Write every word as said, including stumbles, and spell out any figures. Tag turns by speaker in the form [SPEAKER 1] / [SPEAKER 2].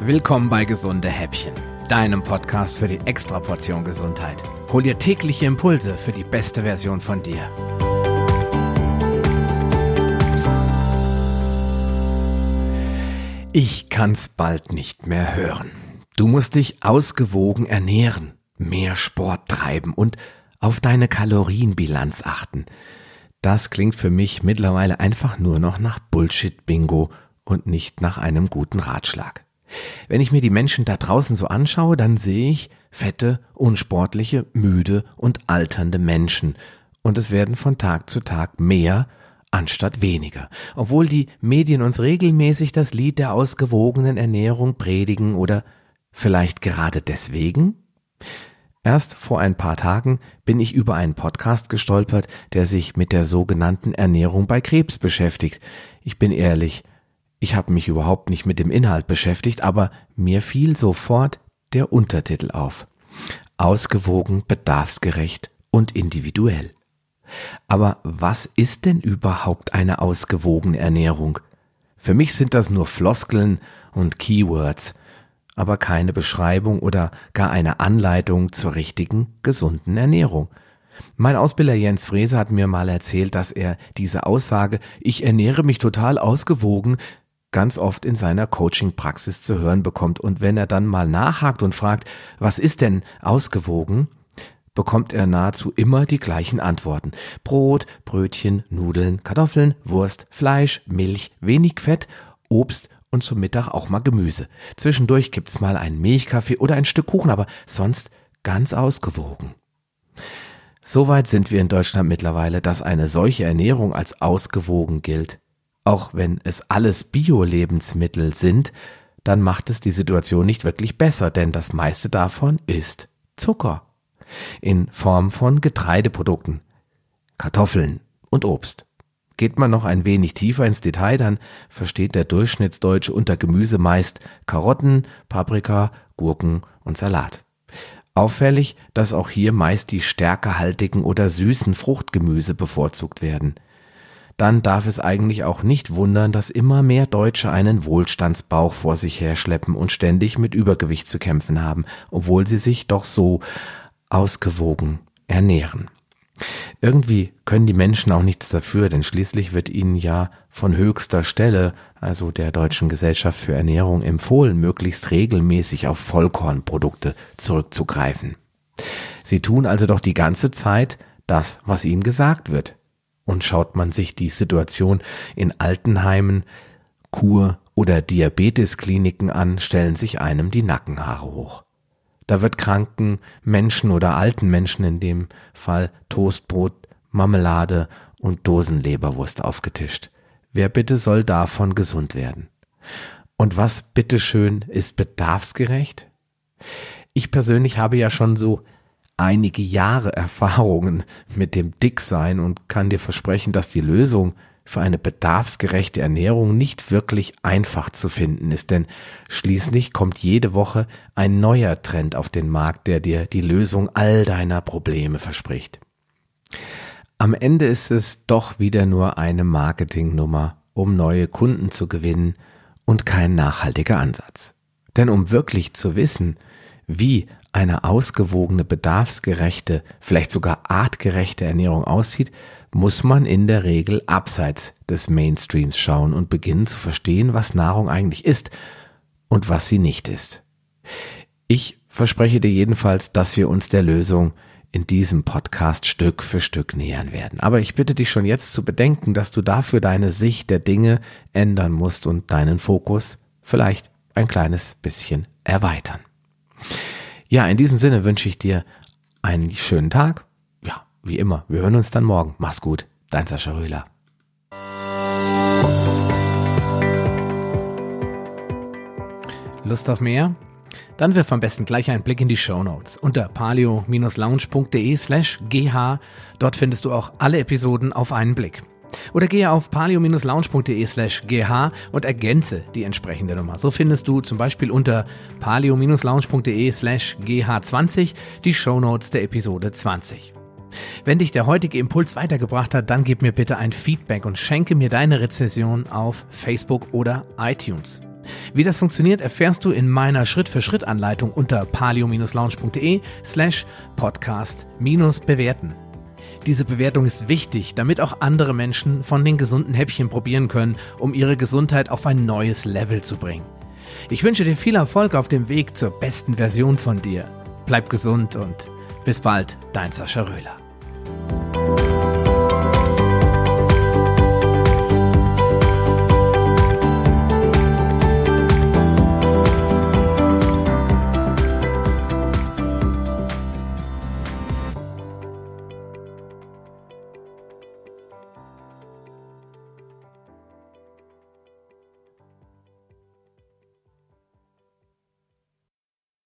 [SPEAKER 1] Willkommen bei Gesunde Häppchen, deinem Podcast für die Extraportion Gesundheit. Hol dir tägliche Impulse für die beste Version von dir. Ich kann's bald nicht mehr hören. Du musst dich ausgewogen ernähren, mehr Sport treiben und auf deine Kalorienbilanz achten. Das klingt für mich mittlerweile einfach nur noch nach Bullshit-Bingo und nicht nach einem guten Ratschlag. Wenn ich mir die Menschen da draußen so anschaue, dann sehe ich fette, unsportliche, müde und alternde Menschen. Und es werden von Tag zu Tag mehr anstatt weniger. Obwohl die Medien uns regelmäßig das Lied der ausgewogenen Ernährung predigen oder vielleicht gerade deswegen? Erst vor ein paar Tagen bin ich über einen Podcast gestolpert, der sich mit der sogenannten Ernährung bei Krebs beschäftigt. Ich bin ehrlich, ich habe mich überhaupt nicht mit dem Inhalt beschäftigt, aber mir fiel sofort der Untertitel auf. Ausgewogen, bedarfsgerecht und individuell. Aber was ist denn überhaupt eine ausgewogene Ernährung? Für mich sind das nur Floskeln und Keywords, aber keine Beschreibung oder gar eine Anleitung zur richtigen, gesunden Ernährung. Mein Ausbilder Jens Frese hat mir mal erzählt, dass er diese Aussage, ich ernähre mich total ausgewogen, ganz oft in seiner Coaching-Praxis zu hören bekommt. Und wenn er dann mal nachhakt und fragt, was ist denn ausgewogen, bekommt er nahezu immer die gleichen Antworten. Brot, Brötchen, Nudeln, Kartoffeln, Wurst, Fleisch, Milch, wenig Fett, Obst und zum Mittag auch mal Gemüse. Zwischendurch gibt's mal einen Milchkaffee oder ein Stück Kuchen, aber sonst ganz ausgewogen. Soweit sind wir in Deutschland mittlerweile, dass eine solche Ernährung als ausgewogen gilt. Auch wenn es alles Bio-Lebensmittel sind, dann macht es die Situation nicht wirklich besser, denn das meiste davon ist Zucker. In Form von Getreideprodukten, Kartoffeln und Obst. Geht man noch ein wenig tiefer ins Detail, dann versteht der Durchschnittsdeutsche unter Gemüse meist Karotten, Paprika, Gurken und Salat. Auffällig, dass auch hier meist die stärkehaltigen oder süßen Fruchtgemüse bevorzugt werden. Dann darf es eigentlich auch nicht wundern, dass immer mehr Deutsche einen Wohlstandsbauch vor sich herschleppen und ständig mit Übergewicht zu kämpfen haben, obwohl sie sich doch so ausgewogen ernähren. Irgendwie können die Menschen auch nichts dafür, denn schließlich wird ihnen ja von höchster Stelle, also der Deutschen Gesellschaft für Ernährung, empfohlen, möglichst regelmäßig auf Vollkornprodukte zurückzugreifen. Sie tun also doch die ganze Zeit das, was ihnen gesagt wird. Und schaut man sich die Situation in Altenheimen, Kur- oder Diabeteskliniken an, stellen sich einem die Nackenhaare hoch. Da wird kranken Menschen oder alten Menschen in dem Fall Toastbrot, Marmelade und Dosenleberwurst aufgetischt. Wer bitte soll davon gesund werden? Und was bitteschön ist bedarfsgerecht? Ich persönlich habe ja schon so einige Jahre Erfahrungen mit dem Dicksein und kann dir versprechen, dass die Lösung für eine bedarfsgerechte Ernährung nicht wirklich einfach zu finden ist, denn schließlich kommt jede Woche ein neuer Trend auf den Markt, der dir die Lösung all deiner Probleme verspricht. Am Ende ist es doch wieder nur eine Marketingnummer, um neue Kunden zu gewinnen und kein nachhaltiger Ansatz. Denn um wirklich zu wissen, wie eine ausgewogene, bedarfsgerechte, vielleicht sogar artgerechte Ernährung aussieht, muss man in der Regel abseits des Mainstreams schauen und beginnen zu verstehen, was Nahrung eigentlich ist und was sie nicht ist. Ich verspreche dir jedenfalls, dass wir uns der Lösung in diesem Podcast Stück für Stück nähern werden. Aber ich bitte dich schon jetzt zu bedenken, dass du dafür deine Sicht der Dinge ändern musst und deinen Fokus vielleicht ein kleines bisschen erweitern. Ja, in diesem Sinne wünsche ich dir einen schönen Tag. Ja, wie immer, wir hören uns dann morgen. Mach's gut, dein Sascha Röhler. Lust auf mehr? Dann wirf am besten gleich einen Blick in die Shownotes unter paleo-lounge.de slash gh. Dort findest du auch alle Episoden auf einen Blick. Oder gehe auf paleo-lounge.de slash gh und ergänze die entsprechende Nummer. So findest du zum Beispiel unter paleo-lounge.de slash gh20 die Shownotes der Episode zwanzig. Wenn dich der heutige Impuls weitergebracht hat, dann gib mir bitte ein Feedback und schenke mir deine Rezension auf Facebook oder iTunes. Wie das funktioniert, erfährst du in meiner Schritt-für-Schritt-Anleitung unter paleo-lounge.de slash podcast-bewerten. Diese Bewertung ist wichtig, damit auch andere Menschen von den gesunden Häppchen probieren können, um ihre Gesundheit auf ein neues Level zu bringen. Ich wünsche dir viel Erfolg auf dem Weg zur besten Version von dir. Bleib gesund und bis bald, dein Sascha Röhler.